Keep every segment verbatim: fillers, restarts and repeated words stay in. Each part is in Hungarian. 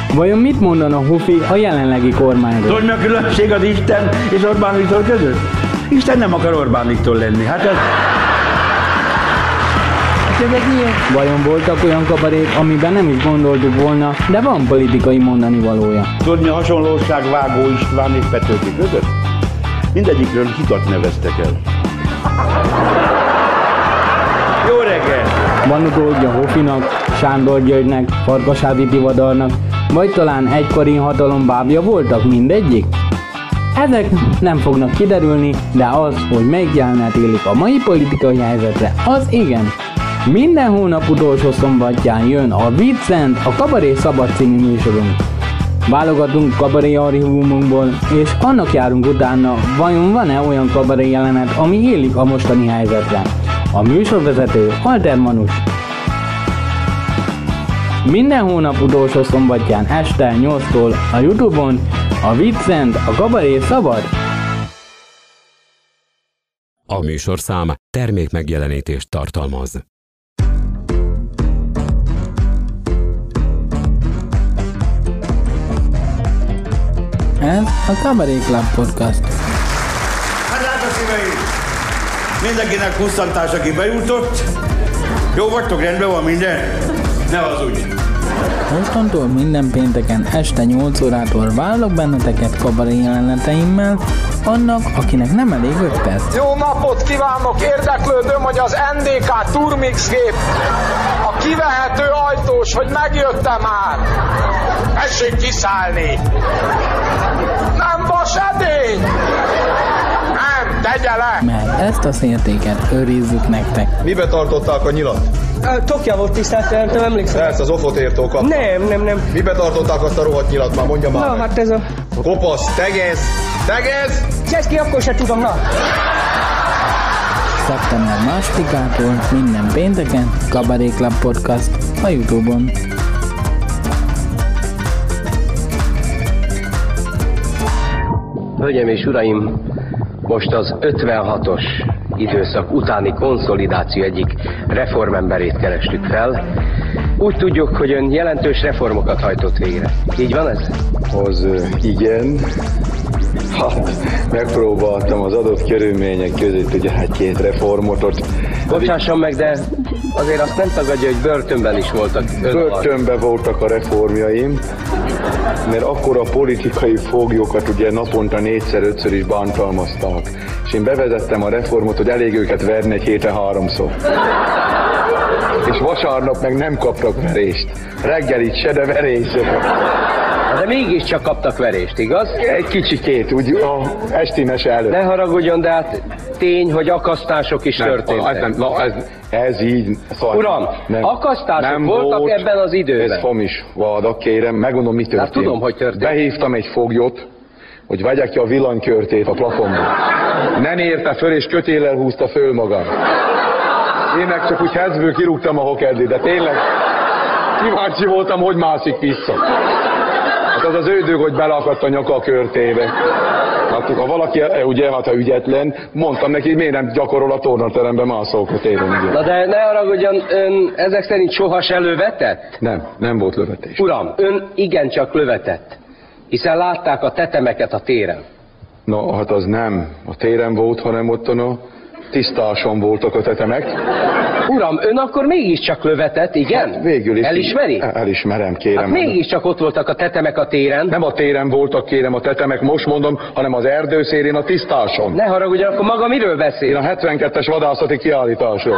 Vajon mit mondana Hofi a jelenlegi kormányról? Tudod, mi a különbség az Isten és Orbán Viktor között? Isten nem akar Orbán Viktor lenni. Hát ez... Vajon voltak olyan kabarék, amiben nem is gondoltuk volna, de van politikai mondani valója? Tudod, mi a hasonlóság Vágó István és Petőfi között? Mindegyikről hitat neveztek el. Jó reggel! Van utódja Hofinak, Sándor Györgynek, Farkasházi Tivadarnak, vagy talán egykori hatalom bábja voltak mindegyik? Ezek nem fognak kiderülni, de az, hogy melyik jelenet élik a mai politikai helyzetre, az igen. Minden hónap utolsó szombatján jön a Viccent, a Kabaré Szabad című műsorunk. Válogatunk kabaré archívumunkból, és annak járunk utána, vajon van-e olyan kabaré jelenet, ami élik a mostani helyzetre. A műsorvezető Alter Manus. Minden hónap utolsó szombatján este nyolctól a YouTube-on a Viccent, a Kabaré Szabad. A műsorszám termékmegjelenítést tartalmaz. Ez a Kabaré Club Podcast. Hát lát a szíveim! Mindenkinek kusszantás, aki bejutott. Jó vagytok, rendben van minden? Ne hazudj! Mostantól minden pénteken este nyolc órától várlak benneteket kabaré jeleneteimmel, annak, akinek nem elég öt perc. Jó napot kívánok! Érdeklődöm, hogy az en dé ká Turmix gép, a kivehető ajtós, hogy megjötte már. Tessék kiszállni! Nem vas edény! Nem, tegye le! Mert ezt a értéket őrizzük nektek. Mibe tartották a nyilat? Tokja volt tisztelt, nem emlékszem. Persze, az ofot értó kapta. Nem, nem, nem. Mibe tartották azt a rohadt nyilat már? Mondja már Na, meg. hát ez a... Kopasz, tegez! Tegez! Csesz ki, akkor se tudom, na. szeptember másodikától minden pénteken Kabaré Club Podcast a YouTube-on. Hölgyeim és uraim, most az ötvenhatos időszak utáni konszolidáció egyik reformemberét kerestük fel. Úgy tudjuk, hogy ön jelentős reformokat hajtott végre. Így van ez? Az igen. Hát, megpróbáltam az adott körülmények között, ugye hát két reformot ott. Bocsásson meg, de azért azt nem tagadja, hogy börtönben is voltak. Börtönben voltak a reformjaim, mert akkor a politikai foglyokat ugye naponta négyszer-ötször is bántalmaztak. És én bevezettem a reformot, hogy elég őket verni egy héten háromszor. És vasárnap meg nem kaptak verést. Reggelit se, de verést se. De mégiscsak kaptak verést, igaz? Egy kicsikét, úgy a esti mese előtt. Ne haragudjon, de hát tény, hogy akasztások is nem, történtek. Ez, nem, na, ez, ez így... Szóval Uram, nem, akasztások nem voltak volt, ebben az időben. Ez famis vádak, kérem, megmondom, mi történt. Hát tudom, hogy történt. Behívtam egy foglyot, hogy vegyek ki a villanykörtét a plafonból. Nem érte föl, és kötéllel húzta föl magam. Én meg csak úgy hezből kirúgtam a hokedli, de tényleg kíváncsi voltam, hogy mászik vissza. Hát az az ődög, hogy beleakadt a nyaka a körtébe. Hát, ha valaki, ugye, hát ha ügyetlen, mondtam neki, hogy miért nem gyakorol a tornateremben mászókat éren. Na de ne haragudjon, ön ezek szerint soha se lövetett? Nem, nem volt lövetés. Uram, ön igencsak lövetett, hiszen látták a tetemeket a téren. Na, hát az nem a téren volt, hanem ott a tisztáson voltak a tetemek. Uram, ön akkor mégiscsak lövetett, igen? Hát végül is. Elismeri? Elismerem, kérem. Hát mégiscsak ott voltak a tetemek a téren. Nem a téren voltak, kérem, a tetemek, most mondom, hanem az erdőszélén a tisztáson. Ne haragudjon, akkor maga miről beszél? Én a hetvenkettes vadászati kiállításról.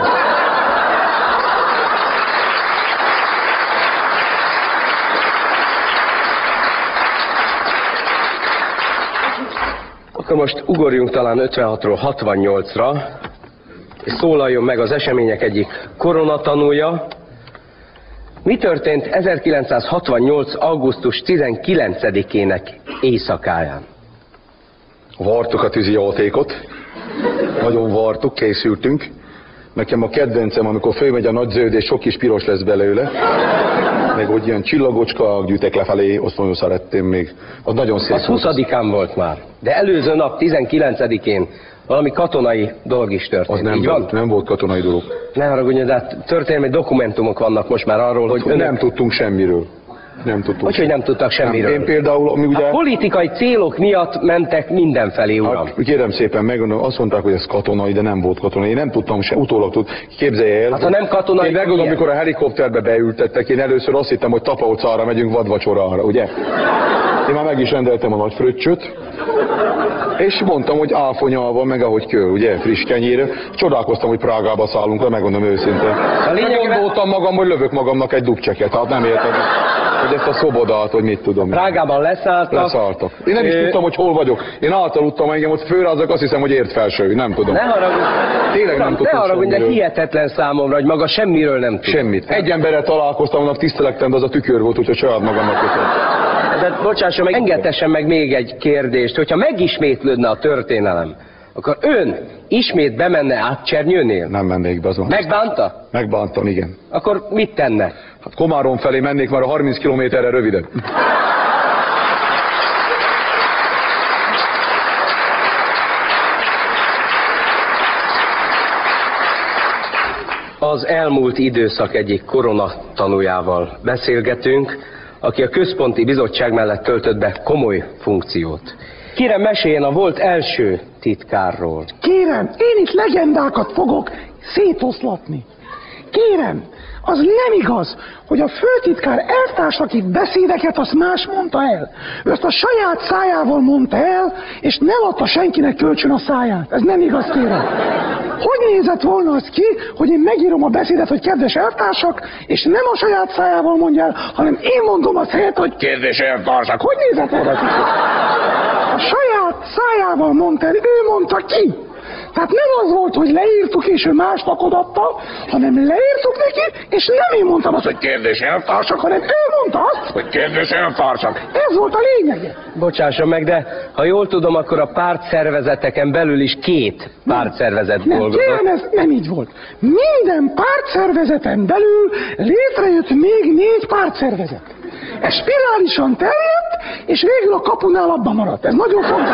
Akkor most ugorjunk talán ötvenhatról hatvannyolcra, és szólaljon meg az események egyik koronatanúja. Mi történt ezerkilencszázhatvannyolc. augusztus tizenkilencedikének éjszakáján? Vartuk a tűzijátékot. Nagyon vartuk, készültünk. Nekem a kedvencem, amikor fölmegy a nagy zöld, és sok kis piros lesz belőle. Meg hogy ilyen csillagocska gyűjtek lefelé, azt nagyon szerettem még. Az nagyon szép. Az huszadikán volt már. De előző nap, tizenkilencedikén valami katonai dolog is történt. Az nem, így volt, van? nem volt katonai dolog. Ne haragudjon, de hát történelmi dokumentumok vannak most már arról, hogy önök... Nem tudtunk semmiről. Nem tudtuk. Hogy, hogy nem tudtak semmiről? Én például, mi ugye... A politikai célok miatt mentek mindenfelé, uram. Hát, kérem szépen, megmondom, azt mondták, hogy ez katonai, de nem volt katonai. Én nem tudtam se, utólag tud, képzelje el. Hát ha nem katonai, én megmondom, amikor a helikopterbe beültettek, én először azt hittem, hogy Tapaócára megyünk vadvacsorára, ugye? Én már meg is rendeltem a nagy fröccsöt, és mondtam, hogy áfonyalva, meg ahogy kell, ugye, friss kenyére. Csodálkoztam, hogy Prágába szállunk le, megmondom őszintén. Gondoltam magam, hogy lövök magamnak egy dubcseket, hát nem érted, hogy ezt a szobodát, vagy mit tudom. Prágában leszálltak. Leszálltak. Én nem is Ö... tudtam, hogy hol vagyok. Én általudtam engem, ott főrázzak, azt hiszem, hogy ért felső, nem tudom. Ne haragudj. Tényleg nem tudtam. Ne haragudj, de hihetetlen számomra, hogy maga semmiről nem tud. Semmit. Egy emberrel találkoztam, annak tisztelektem, de az a tükör volt, úgyhogy saját magamnak köszönöm. De bocsásson meg, engedtessen meg még egy kérdést, hogyha megismétlődne a történelem, akkor ön ismét bemenne Átcsernyőnél? Nem mennék be azon. Megbánta? Megbántam, igen. Akkor mit tenne? Hát Komárom felé mennék, már a harminc kilométerre rövidebb. Az elmúlt időszak egyik koronatanújával beszélgetünk, aki a központi bizottság mellett töltött be komoly funkciót. Kérem, meséljen a volt első titkárról. Kérem, én itt legendákat fogok szétoszlatni. Kérem, az nem igaz, hogy a főtitkár elvtársak itt beszédeket, azt más mondta el. Ő ezt a saját szájával mondta el, és nem adta senkinek kölcsön a száját. Ez nem igaz, kérem. Hogy nézett volna az ki, hogy én megírom a beszédet, hogy kedves elvtársak, és nem a saját szájával mondja el, hanem én mondom azt helyett, hogy kedves elvtársak. Hogy nézett volna ki? A saját szájával mondta el, ő mondta ki. Tehát nem az volt, hogy leírtuk és ő másnak odatta, hanem leírtuk neki, és nem én mondtam azt, hogy kedves elvtársak, hanem ő mondta azt, hogy kedves elvtársak. Ez volt a lényege. Bocsásson meg, de ha jól tudom, akkor a pártszervezeteken belül is két pártszervezet nem, dolgozott. Nem, ez nem így volt. Minden pártszervezeten belül létrejött még négy pártszervezet. Ez spirálisan terjedt, és végül a kapunál abban maradt. Ez nagyon fontos.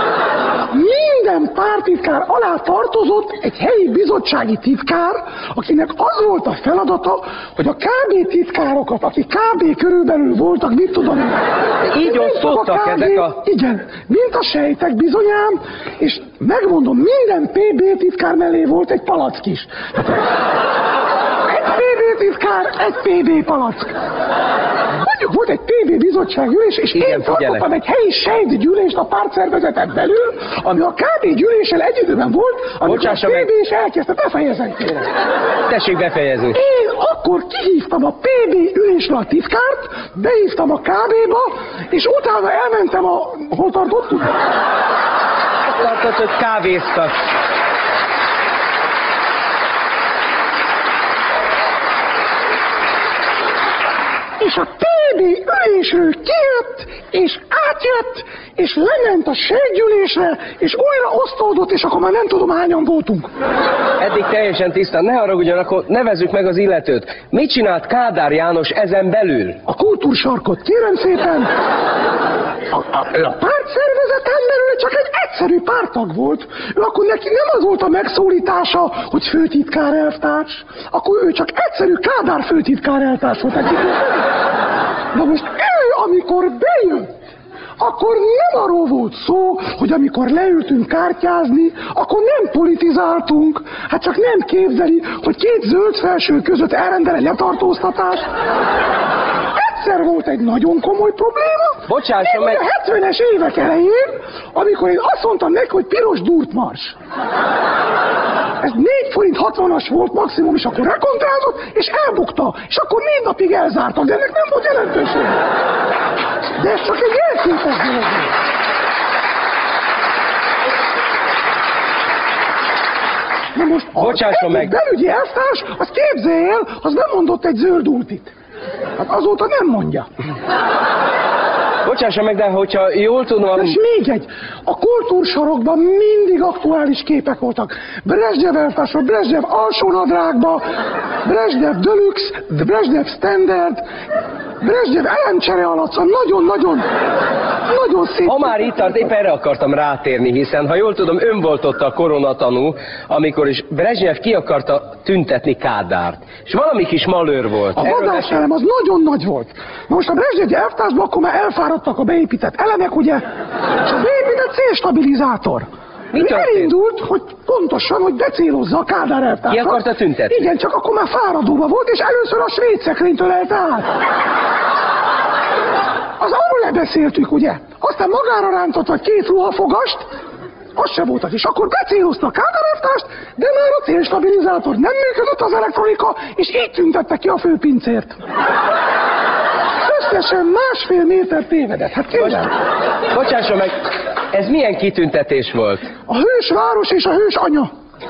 Minden pártitkár alá tartozott egy helyi bizottsági titkár, akinek az volt a feladata, hogy a ká bé titkárokat, akik ká bé körülbelül voltak, mit tudom én. Így osztottak ezek a... Igen, mint a sejtek bizonyám, és megmondom, minden pé bé titkár mellé volt egy palack is. Egy pé bé titkár, egy pé bé palack. Mondjuk volt egy pé bé bizottsággyűlés, és igen, én tartottam egy helyi sejtgyűlést a pártszervezeten belül, ami a ká bé gyűléssel egy időben volt, amikor Bocsássa a pé bé is elkezdte, befejezem kérem. Tessék befejezni. Én akkor kihívtam a pé bé ülésre a titkárt, behívtam a ká béba, és utána elmentem a... Hol tartottuk? Azt tartott, hogy kávéztak. És a pé bé ülésről kijött, és átjött, és lement a sejtgyűlésre, és újra osztódott, és akkor már nem tudom, hányan voltunk. Eddig teljesen tisztán, ne haragudjon, akkor nevezzük meg az illetőt. Mit csinált Kádár János ezen belül? A kultúrsarkot, kérem szépen. A, a, a pártszervezeten belül csak egy egyszerű pártag volt. Ő akkor neki nem az volt a megszólítása, hogy főtitkár elvtárs. Akkor ő csak egyszerű Kádár főtitkár elvtárs volt. Na most ő, amikor bejött, akkor nem arról volt szó, hogy amikor leültünk kártyázni, akkor nem politizáltunk. Hát csak nem képzeli, hogy két zöld felső között elrendel egy letartóztatást. Egyszer volt egy nagyon komoly probléma. Bocsásson meg. A hetvenes évek elején, amikor én azt mondtam neki, hogy piros durtmars. Ez négy forint hatvanas volt maximum, és akkor rekontrázott, és elbukta. És akkor négy napig elzártak, de ennek nem volt jelentőség. De ez csak egy elképes dolog. Na most Bocsásson meg. belügyi elvtárs, az képzelje el, az nem mondott egy zöld ultit. Hát azóta nem mondja. Bocsásson meg, de hogyha jól tudom... És még egy, a kultúrsarokban mindig aktuális képek voltak. Brezsnyev elvtársról, Brezsnyev alsónadrágba, Brezsnyev Deluxe, Brezsnyev Standard, Brezsnyev elemcsere alatt, nagyon-nagyon... nagyon szép. Ha már itt tart, épp erre akartam rátérni, hiszen ha jól tudom, ön volt ott a koronatanú, amikor is Brezsnyev ki akarta tüntetni Kádárt. És valami kis malőr volt. A vadáselem az nagyon nagy volt. Na most a Brezsnyev elvtársban akkor már elfáradtak a beépített elemek, ugye? És a beépített célstabilizátor. Elindult, hogy pontosan, hogy becélozza a Kádár elvtársat. Ki akarta tüntetni? Igen, csak akkor már fáradóba volt, és először a svéd szekrénytől át. Az arról lebeszéltük, ugye? Aztán magára rántott vagy két ruhafogast, az se volt az is. Akkor becélozta a Kádár elvtárst, de már a célstabilizátor nem működött az elektronika, és így tüntette ki a főpincért. Összesen másfél méter tévedett. Hát képzelj! Bocsásson meg, ez milyen kitüntetés volt? A hős város és a hős anya.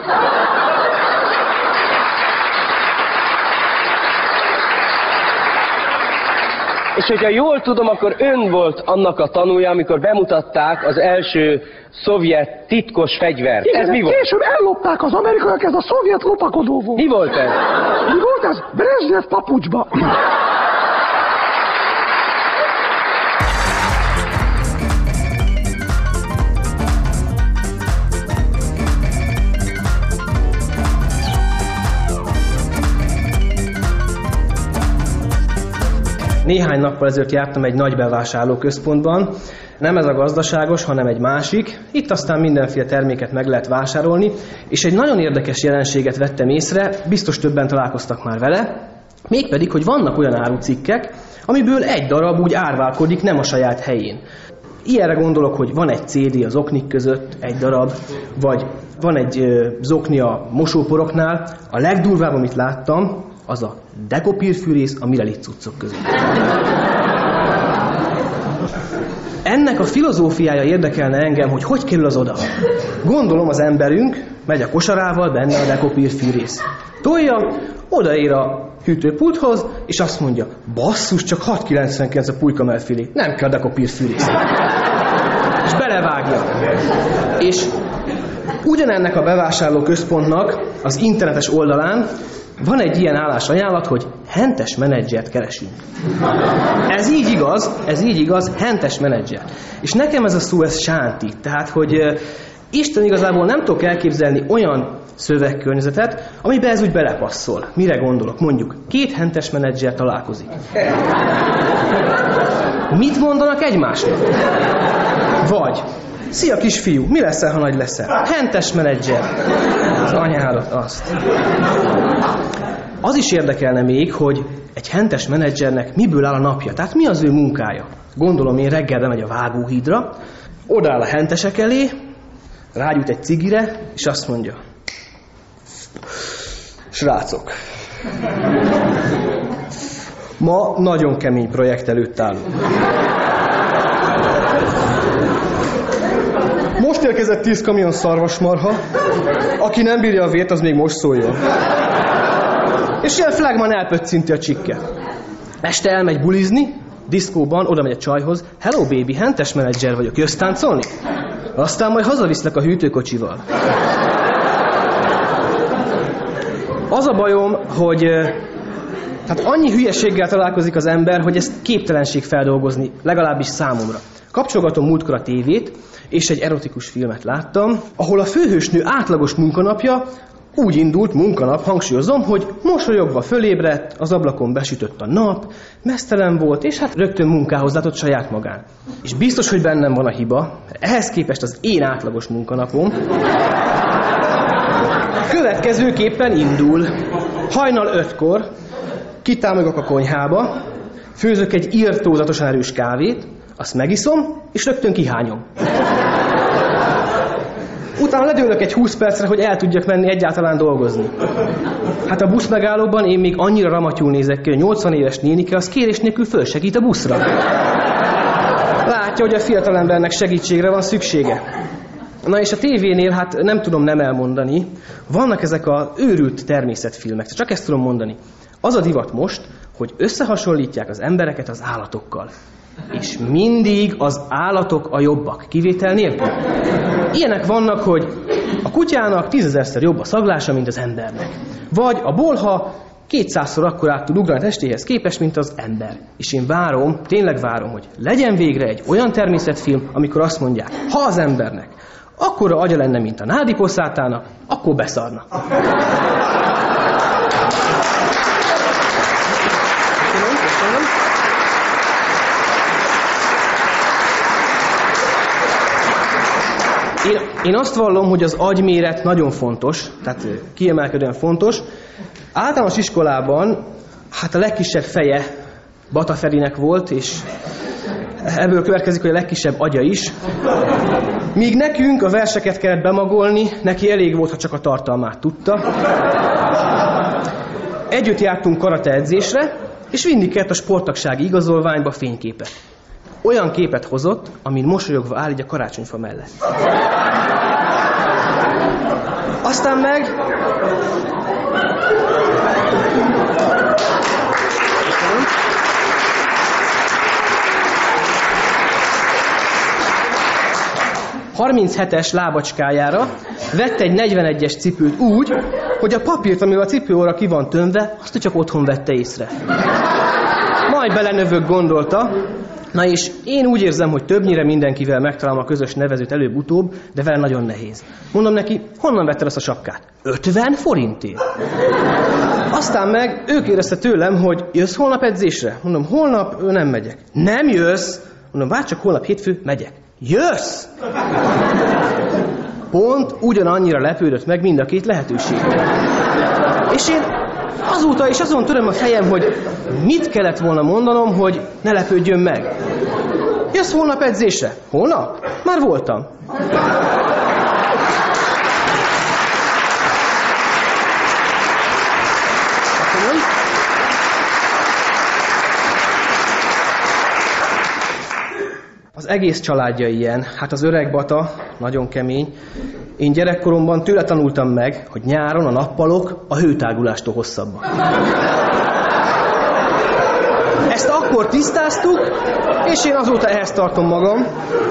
És hogyha jól tudom, akkor ön volt annak a tanúja, amikor bemutatták az első szovjet titkos fegyvert. Igen, ez mi volt? Később ellopták az amerikaiak, ez a szovjet lopakodó volt. Mi volt ez? Mi volt ez? Brezsnyev papucsba. Néhány nappal ezelőtt jártam egy nagy bevásárlóközpontban, nem ez a gazdaságos, hanem egy másik. Itt aztán mindenféle terméket meg lehet vásárolni, és egy nagyon érdekes jelenséget vettem észre, biztos többen találkoztak már vele, mégpedig, hogy vannak olyan árucikkek, amiből egy darab úgy árválkodik, nem a saját helyén. Ilyenre gondolok, hogy van egy cé dé az oknik között, egy darab, vagy van egy ö, zokni a mosóporoknál. A legdurvább, amit láttam, az a dekopírfűrész a Mirelit cuccok között. Ennek a filozófiája érdekelne engem, hogy hogy kerül az oda. Gondolom az emberünk megy a kosarával, benne a dekopírfűrész. Tolja, odaér a hűtőpulthoz, és azt mondja, basszus, csak hat kilencvenkilenc a pulykamelfilé, nem kell dekopírfűrész. És belevágja. És ugyanennek a bevásárlóközpontnak az internetes oldalán van egy ilyen állásajánlat, hogy hentes menedzsert keresünk. Ez így igaz, ez így igaz, hentes menedzser. És nekem ez a szó, ez sántít. Tehát, hogy uh, Isten igazából nem tudok elképzelni olyan szövegkörnyezetet, amiben ez úgy belepasszol. Mire gondolok? Mondjuk, két hentes menedzser találkozik. Mit mondanak egymásnak? Vagy, szia kisfiú, mi leszel, ha nagy leszel? Hentes menedzser. Az anyádat, azt. Az is érdekelne még, hogy egy hentes menedzsernek miből áll a napja, tehát mi az ő munkája. Gondolom én reggelre megy a vágóhídra, odaáll a hentesek elé, rágyújt egy cigire, és azt mondja, srácok, ma nagyon kemény projekt előtt állunk. Most érkezett tíz kamion szarvasmarha, aki nem bírja a vért, az még most szóljon. És ilyen flagman elpöccinti a csikke. Este elmegy bulizni, diszkóban, oda megy a csajhoz, hello baby, hentes menedzser vagyok, jössz táncolni? Aztán majd hazaviszlek a hűtőkocsival. Az a bajom, hogy hát annyi hülyeséggel találkozik az ember, hogy ezt képtelenség feldolgozni, legalábbis számomra. Kapcsolgatom múltkor a tévét, és egy erotikus filmet láttam, ahol a főhősnő átlagos munkanapja úgy indult, munkanap, hangsúlyozom, hogy mosolyogva fölébredt, az ablakon besütött a nap, meztelen volt, és hát rögtön munkához látott saját magán. És biztos, hogy bennem van a hiba, ehhez képest az én átlagos munkanapom következőképpen indul. Hajnal ötkor kitámogok a konyhába, főzök egy irtózatosan erős kávét, azt megiszom, és rögtön kihányom. Utána ledőlök egy húsz percre, hogy el tudjak menni egyáltalán dolgozni. Hát a busz megállóban én még annyira ramatyul nézek ki, hogy a nyolcvan éves nénike az kérés nélkül fölsegít a buszra. Látja, hogy a fiatalembernek segítségre van szüksége. Na és a tévénél, hát nem tudom nem elmondani, vannak ezek az őrült természetfilmek, csak ezt tudom mondani. Az a divat most, hogy összehasonlítják az embereket az állatokkal. És mindig az állatok a jobbak, kivétel nélkül. Ilyenek vannak, hogy a kutyának tízezerszer jobb a szaglása, mint az embernek. Vagy a bolha kétszázszor akkor át tud ugrani a testéhez képest, mint az ember. És én várom, tényleg várom, hogy legyen végre egy olyan természetfilm, amikor azt mondják, ha az embernek akkora agya lenne, mint a nádi poszátának, akkor beszarna. Én, én azt vallom, hogy az agyméret nagyon fontos, tehát kiemelkedően fontos. Általános iskolában hát a legkisebb feje Bata Ferinek volt, és ebből következik, hogy a legkisebb agya is. Míg nekünk a verseket kellett bemagolni, neki elég volt, ha csak a tartalmát tudta. Együtt jártunk karate edzésre, és vinni kellett a sporttagsági igazolványba fényképet. Olyan képet hozott, amin mosolyogva áll így a karácsonyfa mellett. Aztán meg... harminchetes lábacskájára vett egy negyvenegyes cipőt úgy, hogy a papírt, amivel a cipőóra ki van tömve, azt csak otthon vette észre. Majd belenövök, gondolta. Na és én úgy érzem, hogy többnyire mindenkivel megtalálom a közös nevezőt előbb-utóbb, de vele nagyon nehéz. Mondom neki, honnan vetted azt a sapkát? ötven forintért. Aztán meg ő kérdezte tőlem, hogy jössz holnap edzésre? Mondom, holnap nem megyek. Nem jössz? Mondom, várj csak, holnap hétfő, megyek. Jössz? Pont ugyanannyira lepődött meg mind a két lehetőség. És én azóta is azon töröm a fejem, hogy mit kellett volna mondanom, hogy ne lepődjön meg. Jössz holnap edzésre? Holnap? Már voltam. Az egész családja ilyen, hát az öreg Bata nagyon kemény. Én gyerekkoromban tőle tanultam meg, hogy nyáron a nappalok a hőtágulástól hosszabbak. Ezt akkor tisztáztuk, és én azóta ehhez tartom magam.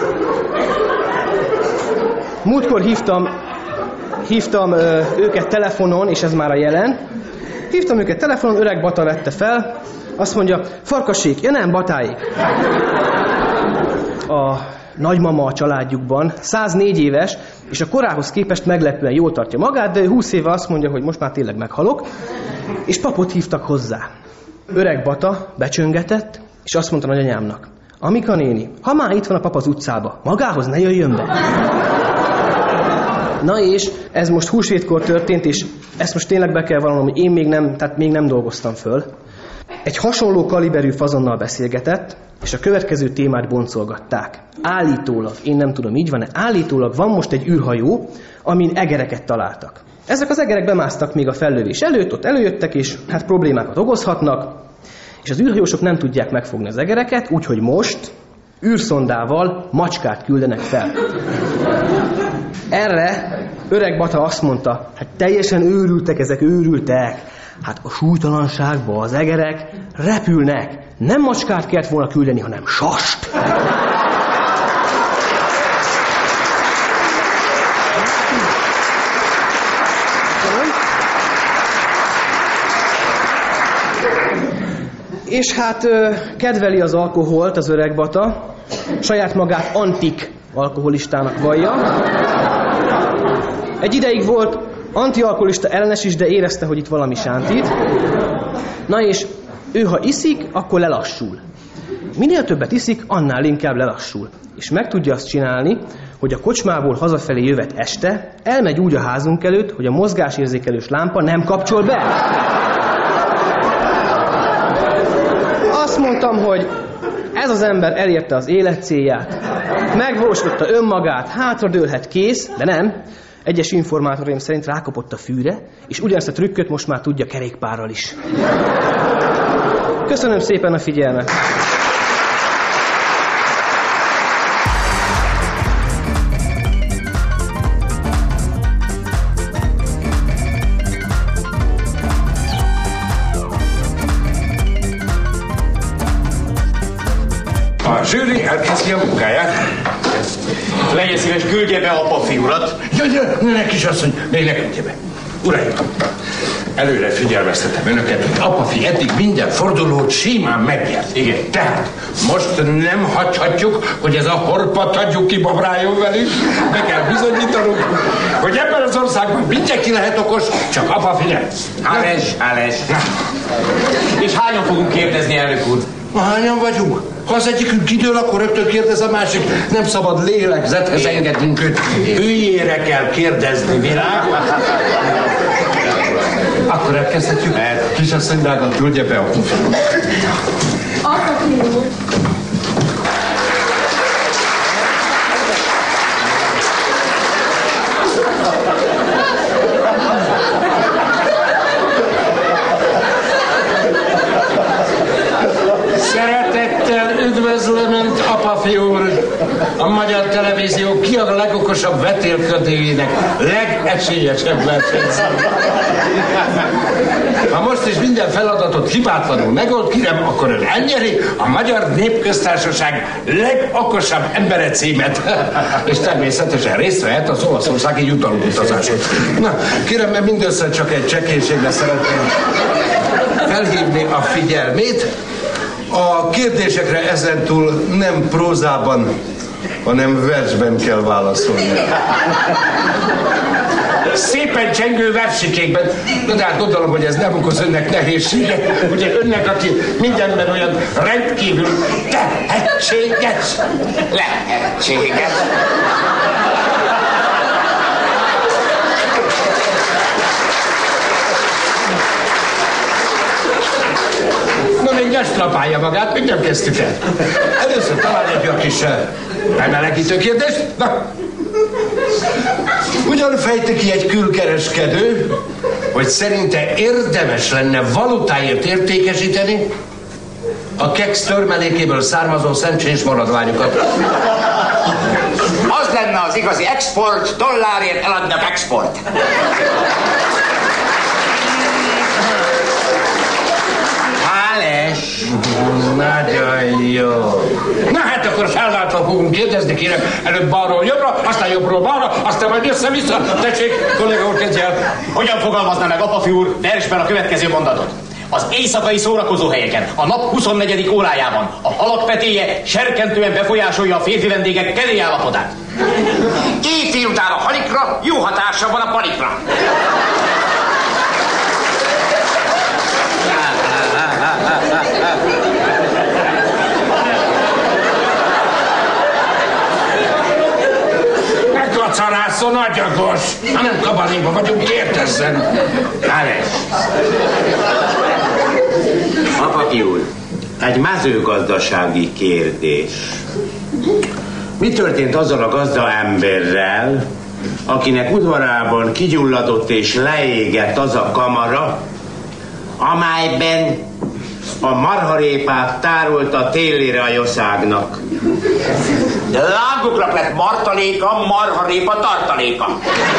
Múltkor hívtam, hívtam ö, őket telefonon, és ez már a jelen. Hívtam őket telefonon, öreg Bata vette fel, azt mondja, Farkasék, ja nem, Batáék. A nagymama a családjukban száznégy éves, és a korához képest meglepően jól tartja magát, de ő húsz éve azt mondja, hogy most már tényleg meghalok, és papot hívtak hozzá. Öreg Bata becsöngetett, és azt mondta nagyanyámnak, Amika néni, ha már itt van a pap az utcába, magához ne jöjjön be. Na és ez most húsvétkor történt, és ezt most tényleg be kell vallanom, hogy én még nem, tehát még nem dolgoztam föl. Egy hasonló kaliberű fazonnal beszélgetett, és a következő témát boncolgatták. Állítólag, én nem tudom, így van-e, állítólag van most egy űrhajó, amin egereket találtak. Ezek az egerek bemásztak még a fellövés előtt, ott előjöttek, és hát problémákat okozhatnak, és az űrhajósok nem tudják megfogni az egereket, úgyhogy most űrszondával macskát küldenek fel. Erre öreg Bata azt mondta, hát teljesen őrültek ezek, őrültek. Hát a súlytalanságban az egerek repülnek. Nem macskát kellett volna küldeni, hanem sast. És hát kedveli az alkoholt az öreg Bata, saját magát antik alkoholistának vallja. Egy ideig volt antialkoholista ellenes is, de érezte, hogy itt valami sántít. Na és ő, ha iszik, akkor lelassul. Minél többet iszik, annál inkább lelassul. És meg tudja azt csinálni, hogy a kocsmából hazafelé jövet este, elmegy úgy a házunk előtt, hogy a mozgásérzékelős lámpa nem kapcsol be. Azt mondtam, hogy ez az ember elérte az élet célját, megvalósította önmagát, hátradőlhet, kész, de nem. Egyes informátoraim szerint rákapott a fűre, és ugyanezt a trükköt most már tudja kerékpárral is. Köszönöm szépen a figyelmet! A zsűri elkezdi a munkáját. Legyen szíves, küldje be apa fiúrat. Jaj, jaj, ne kisasszony, még ne küldje be. Uraim, előre figyelmeztetem önöket, hogy apafi eddig minden fordulót simán megnyert. Igen. Tehát most nem hagyhatjuk, hogy ez a horpat hagyjuk ki babráljon velük. Be kell bizonyítanunk, hogy ebben az országban mindenki lehet okos, csak apafi nem. Hálás, hálás. És hányan fogunk kérdezni, elnök úr? Hányan vagyunk? Ha az egyikünk kidől, akkor rögtön kérdez a másik. Nem szabad lélegzethez engednünk őt. Hülyére kell kérdezni, világos? Akkor elkezdhetjük. Kisasszony, drága, küldje be a pufit. Szeretettel üdvözlöm Önt, apafi úr! A Magyar Televízió ki a legokosabb vetélködőjének legesélyesebb versenyző. Ha most is minden feladatot hibátlanul megold, kérem, akkor ön elnyeri a Magyar Népköztársaság legokosabb embere címet. És természetesen részt vehet az olaszországi jutalomutazáson. Na, kérem, mert mindössze csak egy csekélységre szeretném felhívni a figyelmét. A kérdésekre ezentúl nem prózában, hanem versben kell válaszolni. Szépen csengő versikékben. Na de hát gondolom, hogy ez nem okoz önnek nehézséget. Ugye önnek, aki mindenben olyan rendkívül tehetséges. Lehetséges. Na még ne strapálja magát, még nem kezdtük el. Először talán egy olyan kis bemelegítő kérdést. Na. Ugyan fejte ki egy külkereskedő, hogy szerinte érdemes lenne valutáért értékesíteni a keksz törmelékéből származó szemcsés maradványokat. Az lenne az igazi export, dollárért eladnak export. Hálás. Nagyon jó. Na hát akkor felváltva fogunk kérdezni, kérem, előbb balról jobbra, aztán jobbról balra, aztán majd össze-vissza. Tessék, kolléga úr, kezdj el. Hogyan fogalmazna meg apafi úr versben a következő mondatot? Az éjszakai szórakozóhelyeken, a nap huszonnegyedik órájában a halak petéje serkentően befolyásolja a férfi vendégek kedélyállapotát. Éjfél után a halikra jó hatása van a palikra. Megkacarászon agyagos! Ha nem kabaléba vagyunk, kérdezzen! Hálás! Apafi úr, egy mezőgazdasági kérdés. Mi történt azzal a gazda emberrel, akinek udvarában kigyulladott és leégett az a kamara, amelyben a marharépát tárolta télére a jószágnak? Lángoknak lett martaléka, marharépa tartaléka.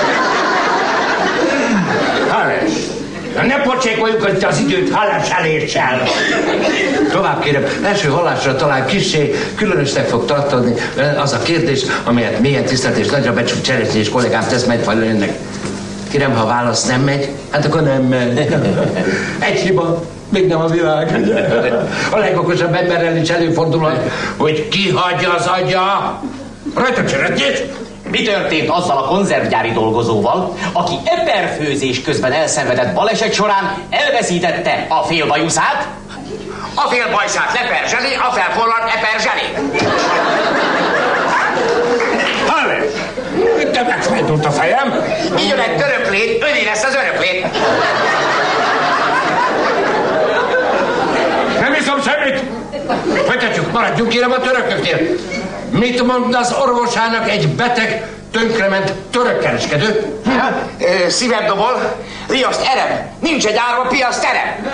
Hálás! Ne pocsékoljuk, hogy az időt hálás elértsel. Tovább kérem, első hallásra talán kissé különösnek fog tartani az a kérdés, amelyet mélyen tisztelt és nagyra becsült Cseresznyi és kollégám tesz majd fel önnek. Kérem, ha a válasz nem megy, hát akkor nem megy. Egy hiba, még nem a világ. A legokosabb emberrel is előfordulhat, hogy kihagyja az agya. Rajta Cseresznyit! Mi történt azzal a konzervgyári dolgozóval, aki eperfőzés közben elszenvedett baleset során elveszítette a félbajuszát? A félbajszát leperzseli, a felforralt eperzseli. Hallás! Te megfájdult a fejem. Így jön egy töröklét, öné lesz az öröklét. Nem hiszem semmit! Folytatjuk, maradjunk kérem a törököknél. Mit mondna az orvosának egy beteg, tönkrement törökkereskedő? Szívem dobol, riaszt erem, nincs egy árva piasz terem.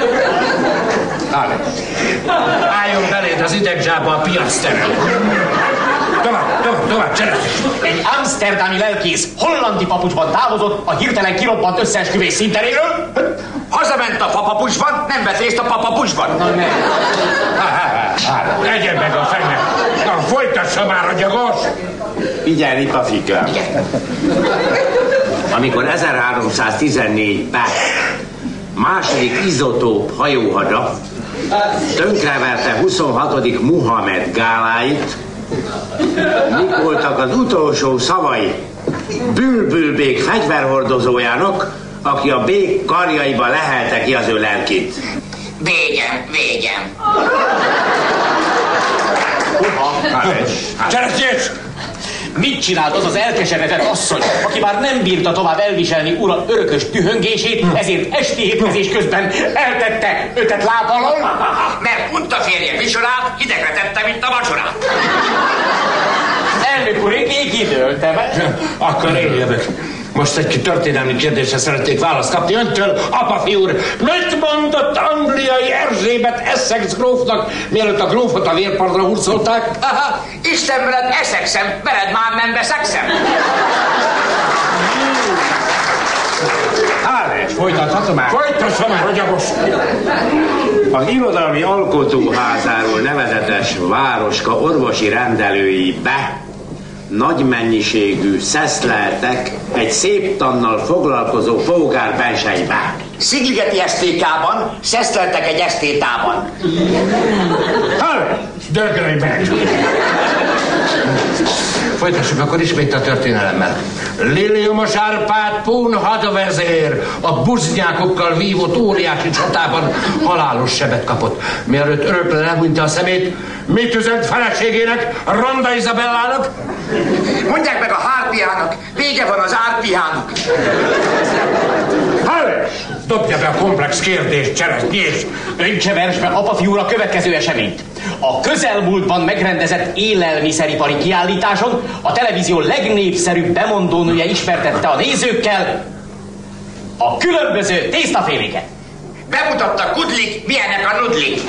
Álljon beléd az idegzsába a piac terem. Tovább, tovább, tovább, Cseresznyi. Egy amszterdami lelkész hollandi papucsban távozott a hirtelen kirobbant összeesküvés színteréről. Hazament a papapucsban, nem vett részt a papapucsban. Na ne. Egyen meg a fene. Na, folytassa már a gyagos. Figyelj, Pafikám. Amikor ezerháromszáztizennégyben második izotóp hajóhada tönkreverte huszonhatodik Muhammed gáláit. Mik voltak az utolsó szavai Bülbülbék fegyverhordozójának, aki a bék karjaiba lehelte ki az ő lelkét? Végem, végem. Cseretyés! Mit csinált az az elkeseredett asszony, aki már nem bírta tovább elviselni ura örökös dühöngését, ezért esti étkezés közben eltette ötet láb alól? Mert unta férje visorát, hidegre tette, mint a vacsorát. Elnök úr, én még időltem. Akkor én jövök. Most egy történelmi kérdésre szeretnék választ kapni öntől, apafi úr. Mit mondott angliai Erzsébet Essex grófnak, mielőtt a grófot a vérpartra hurcolták? Aha, Isten veled eszexem, veled már nem beszexem. Hálás, folytathatom már? Folytassam már, rogyagos! Az irodalmi alkotóházáról nevezetes városka orvosi rendelőibe nagy mennyiségű szeszleltek egy szép tannal foglalkozó fogár bensejbe. Szigligeti esztékában szeszleltek egy esztétában. Hallj! Dögölj meg! Folytassuk akkor ismét a történelemmel. Liliumos Árpád Pún hadvezér a buznyákokkal vívott óriási csatában halálos sebet kapott. Mielőtt örökre elhunyta a szemét, mit üzent feleségének, Ronda Izabellának? Mondják meg a hárpiának, vége van az árpiának. Hallás! Dobja be a komplex kérdést, Cseretyés! Öntse versbe, apafi úr, a következő eseményt. A közelmúltban megrendezett élelmiszeripari kiállításon a televízió legnépszerűbb bemondónője ismertette a nézőkkel a különböző tésztaféléket. Bemutatta kudlik, milyenek a nudlik.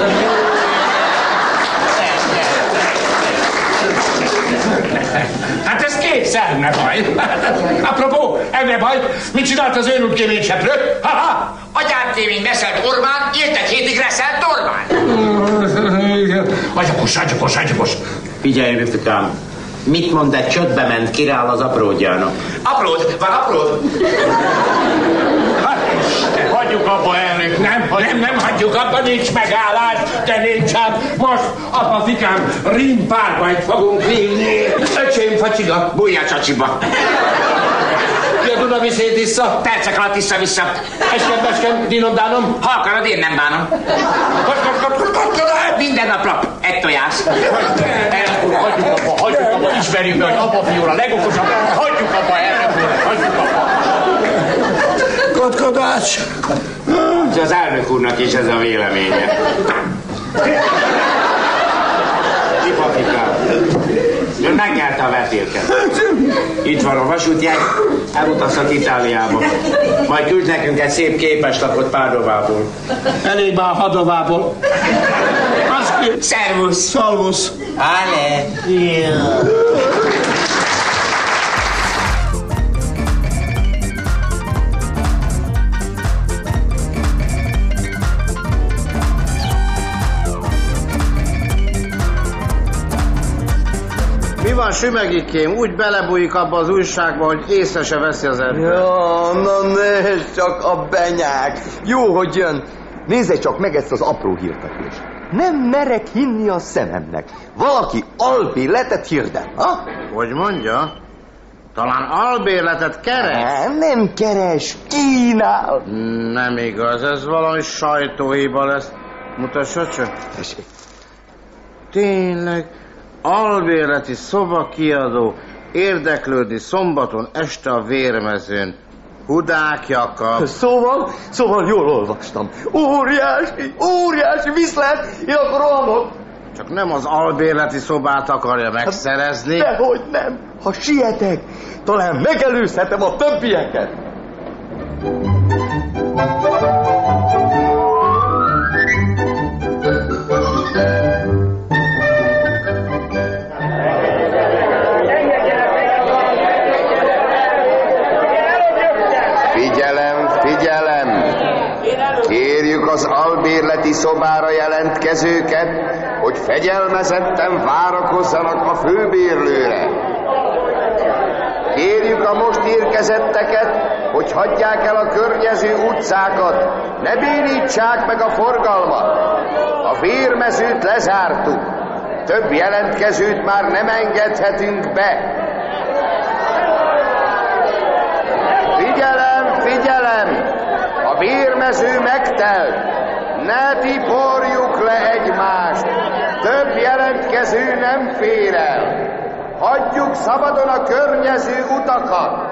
Hát ez kétszer, ne baj. Apropó, ne baj, mit csinált az őrült kéményseprő? Ha-ha! Agyárkémény veszelt Orbán, élt egy hétig reszelt Orbán. Agyakos, agyakos, agyakos. Figyelj, Röftikám, mit mond egy csödbe ment királ az apródjának? Apród? Van apród? Hagyjuk abba, elnök, nem, nem, nem hagyjuk abba, nincs megállás, de nincs át. Most, apa, fikám, rímpárbajt fogunk vívni. Öcsém, facsiga. Bújjál csacsiba. Ki a Duna viszét vissza? Percek alatt vissza-vissza. Eskem, beskem, dinom, dánom. Ha akarod, én nem bánom. Minden nap lap, egy tojás. Elnök úr, hagyjuk abba, hagyjuk abba, ismerjük be, hogy apafi úr a legokosabb. Hagyjuk abba, elnök úr, hagyjuk abba. Kotkodás! És az elnök úrnak is ez a véleménye. Ipafikám, ön megnyerte a vetélket. Itt van a vasútjegy, elutazhat Itáliába. Majd küld nekünk egy szép képeslapot Pádovából. Elég már Hadovából. Szervusz! Szalvusz! Ale! Mi van, Sümegikém? Úgy belebújik abba az újságba, hogy észre se veszi az erdőt. Ja, na nézd csak a benyák. Jó, hogy jön. Nézze csak meg ezt az apró hirdetlést. Nem merek hinni a szememnek. Valaki albérletet hirdet, ha? Hogy mondja? Talán albérletet keres? Nem, nem keres, kínál. Nem igaz, ez valami sajtóhiba lesz. Mutassa csak. Tessék. Tényleg, albérleti szobakiadó, érdeklődni szombaton este a Vérmezőn. Hudák Jakab. Szóval, szóval jól olvastam. Óriási, óriási, viszlát, én akkor rohamok. Csak nem az albérleti szobát akarja megszerezni. Hát, dehogy nem. Ha sietek, talán megelőzhetem a többieket. Figyelem, figyelem! Kérjük az albérleti szobára jelentkezőket, hogy fegyelmezetten várakozzanak a főbérlőre. Kérjük a most érkezetteket, hogy hagyják el a környező utcákat, ne bénítsák meg a forgalmat. A vérmezőt lezártuk, több jelentkezőt már nem engedhetünk be. Figyelem, figyelem! A vérmező megtelt, ne tiporjuk le egymást, több jelentkező nem fér el. Hagyjuk szabadon a környező utakat.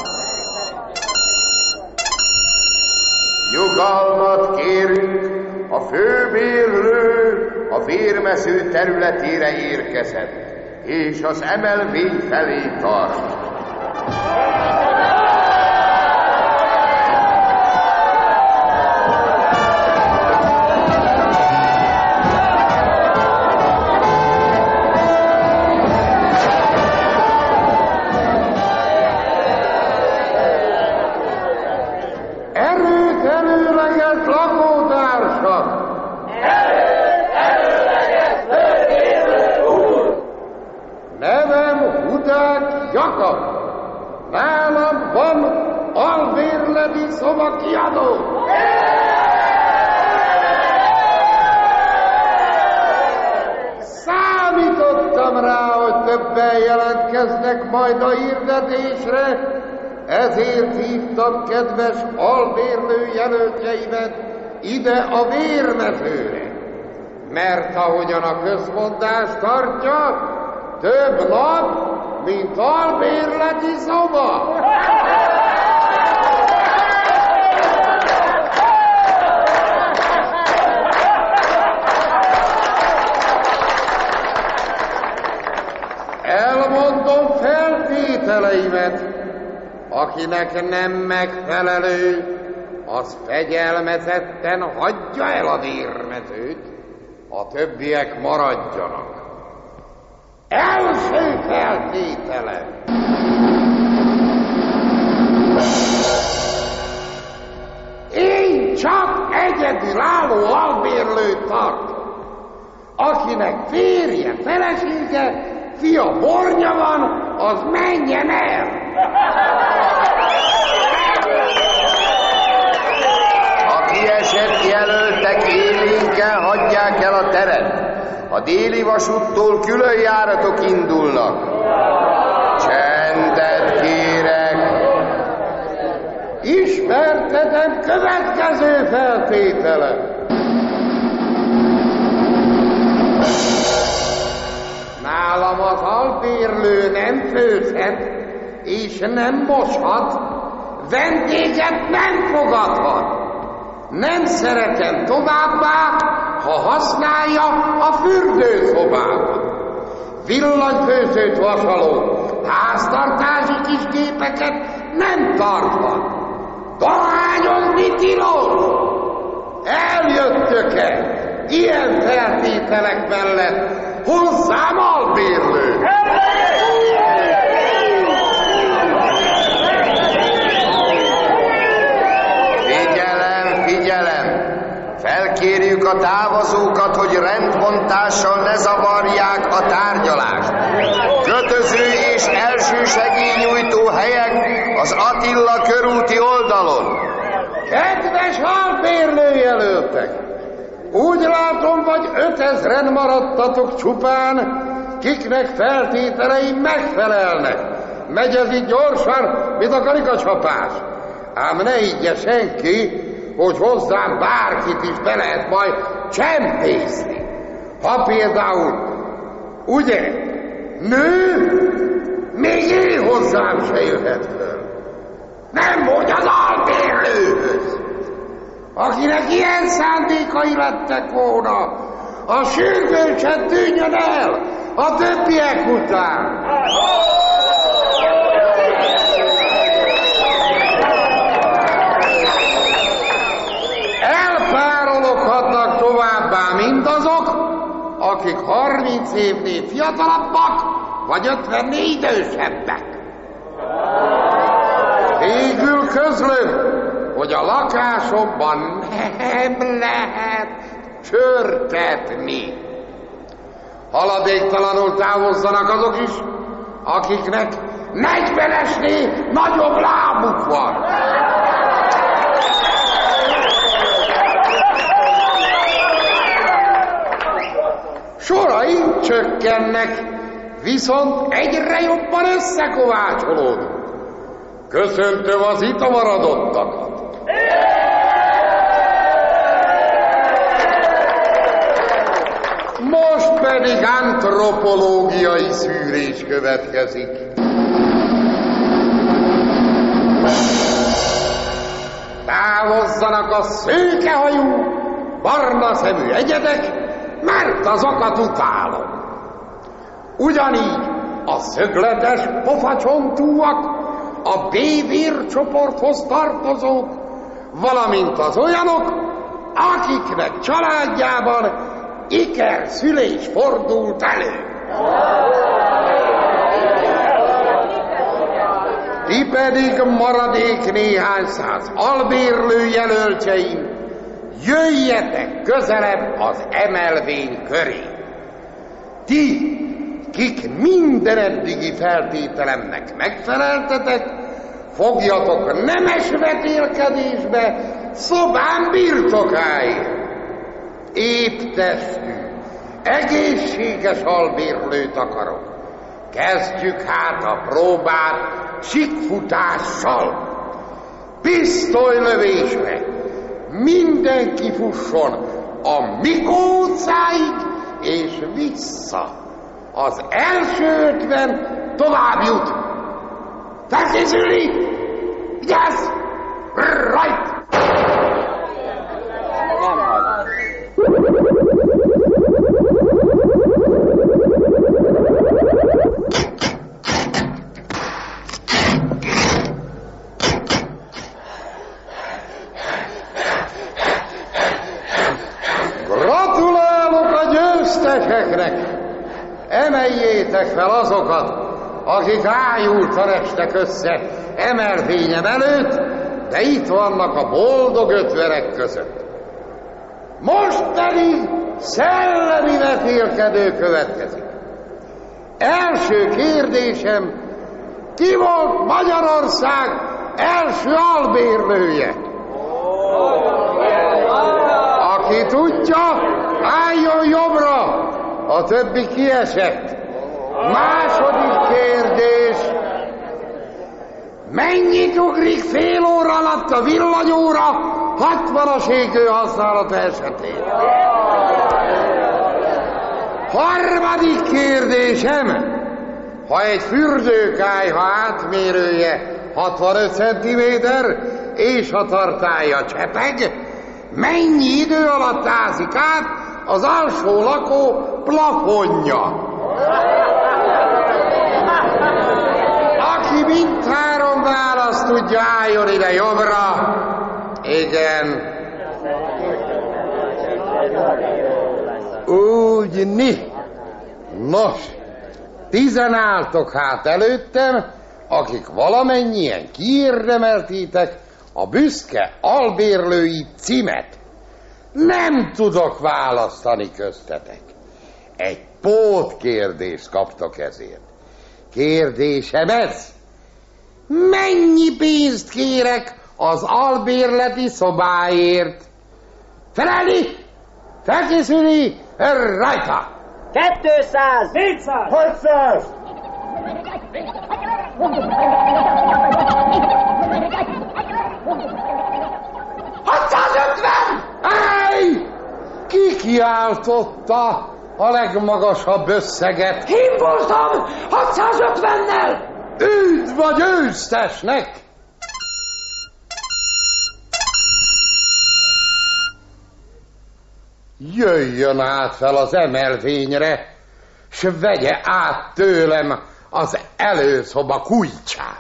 Nyugalmat kérünk, a főbérlő a vérmező területére érkezett, és az emelvény felé tart. Nálam van albérleti szobakiadó. Számítottam rá, hogy többen jelentkeznek majd a hirdetésre, ezért hívtam kedves albérlő jelöltjeimet ide a vérmezőre. Mert ahogyan a közmondás tartja, több nap, mint albérleti szoba. Elmondom feltételeimet. Akinek nem megfelelő, az fegyelmezetten hagyja el a vérmezőt, a többiek maradjanak. Első feltétele. Én csak egyedülálló albérlőt tartok. Akinek férje, felesége, fia, bornya van, az menjen el. A kiesett jelöltek élénkkel hagyják el a teret. A déli vasúttól külön járatok indulnak. Csendet kérek! Ismertetem következő feltétele. Nálam az albérlő nem főzhet, és nem moshat, vendéget nem fogadhat. Nem szeretem továbbá, ha használja a fürdőszobámat. Villanyfőzőt, vasalót, háztartási kis gépeket nem tarthat. Dohányozni tilos! Eljöttök-e ilyen feltételek mellett hozzám albérlő? Figyelem, figyelem! Felkérjük a távozókat, hogy rendbontással ne zavarják a tárgyalást. Kötöző és elsősegélynyújtó helyek az Attila körúti oldalon. Kedves albérlőjelöltek! Úgy látom, vagy ötezren maradtatok csupán, kiknek feltételeim megfelelnek. Megy ez így gyorsan, mint a karikacsapás. Ám ne higgye senki, hogy hozzám bárkit is be lehet majd csempészni. Ha például, ugye, nő, még én hozzám se jöhet föl. Nem hogy az albérlőhöz. Akinek ilyen szándékai lettek volna, a sürgősen tűnjön el a többiek után. Elpárologhatnak továbbá mindazok, akik harminc évnél fiatalabbak, vagy ötvennél idősebbek. Végül közlöm, hogy a lakásomban nem lehet csörtetni. Haladéktalanul távozzanak azok is, akiknek negyvenesnél nagyobb lábuk van. Soraink csökkennek, viszont egyre jobban összekovácsolódunk. Köszöntöm az itt maradottakat. Most pedig antropológiai szűrés következik. Távozzanak a szőkehajú, barna szemű egyedek, mert azokat utálom. Ugyanígy a szögletes pofacsontúak, a B-vír csoporthoz tartozók, valamint az olyanok, akiknek családjában iker szülés fordult elő. Ti pedig maradék néhány száz albérlő jelöltjeim, jöjjetek közelebb az emelvény köré. Ti, kik minden eddigi feltételemnek megfeleltetek, fogjatok nemes vetélkedésbe szobám birtokáért. Épp testű, egészséges albérlőt akarok. Kezdjük hát a próbát sikfutással. Pisztolylövésre mindenki fusson a Mikócáig és vissza. Az első ötven tovább jut. Felkészülni! Vigyázz! Right! Gratulálok a győzteseknek! Emeljétek fel azokat, akik ájultan estek össze emelvényem előtt, de itt vannak a boldog ötverek között. Most pedig szellemi vetélkedő következik. Első kérdésem, ki volt Magyarország első albérlője? Aki tudja, álljon jobbra, a többi kiesett. Második kérdés, mennyit ugrik fél óra alatt a villanyóra hatvanas égő használata esetén? Harmadik kérdésem, ha egy fürdőkályha átmérője hatvanöt centiméter és a tartálya csepeg, mennyi idő alatt ázik át az alsó lakó plafonja? Aki mindhárom választ tudja, álljon ide jobbra. Igen. Úgy ni. Nos, tizen álltok hát előttem, akik valamennyien kiérdemeltétek a büszke albérlői címet. Nem tudok választani köztetek. Egy pótkérdést kaptok ezért. Kérdésem ez: mennyi pénzt kérek az albérleti szobáért? Felelni? Felkészülni? Rajta! kétszáz! négyszáz! hatszáz! hatszázötven! Állj! Ki kiáltotta a legmagasabb összeget? Én voltam! hatszázötvennel! Üdv a győztesnek! Jöjjön át fel az emelvényre, s vegye át tőlem az előszoba kulcsát.